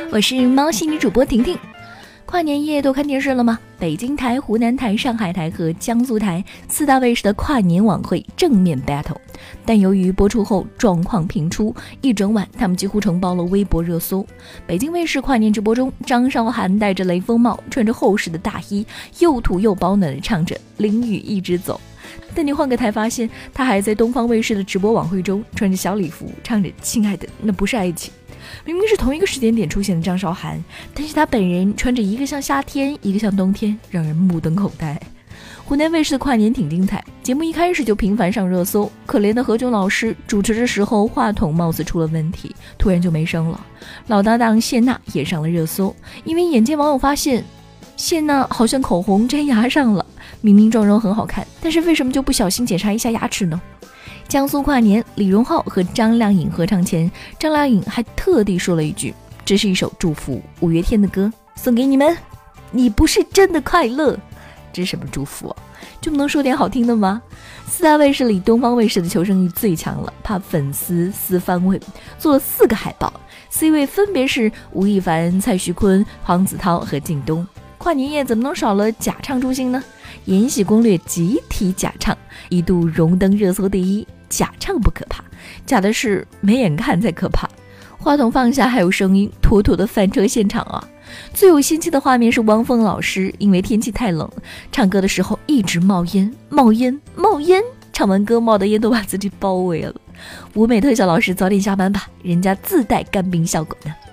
我是猫系女主播婷婷。跨年夜都看电视了吗？北京台、湖南台、上海台和江苏台4大卫视的跨年晚会正面 battle， 但由于播出后状况频出，一整晚他们几乎承包了微博热搜。北京卫视跨年直播中，张韶涵戴着雷锋帽，穿着厚实的大衣，又土又保暖地唱着淋雨一直走。但你换个台发现，他还在东方卫视的直播晚会中穿着小礼服，唱着亲爱的那不是爱情。明明是同一个时间点出现的张韶涵，但是她本人穿着一个像夏天一个像冬天，让人目瞪口呆。湖南卫视的跨年挺精彩，节目一开始就频繁上热搜。可怜的何炅老师主持的时候话筒貌似出了问题，突然就没声了。老搭档谢娜也上了热搜，因为眼尖网友发现谢娜好像口红粘牙上了，明明妆容很好看，但是为什么就不小心检查一下牙齿呢？江苏跨年，李荣浩和张靓颖合唱前，张靓颖还特地说了一句：“这是一首祝福，五月天的歌，送给你们。你不是真的快乐。”这是什么祝福啊？就不能说点好听的吗？4大卫视里，东方卫视的求生欲最强了，怕粉丝私翻问，做了4个海报 ，C 位分别是吴亦凡、蔡徐坤、黄子韬和靳东。跨年夜怎么能少了假唱助兴呢？延禧攻略集体假唱，一度荣登热搜第1。假唱不可怕，假的是没眼看才可怕。话筒放下还有声音，妥妥的翻车现场啊！最有心机的画面是汪峰老师，因为天气太冷，唱歌的时候一直冒烟，唱完歌冒的烟都把自己包围了。舞美特效老师早点下班吧，人家自带干冰效果呢。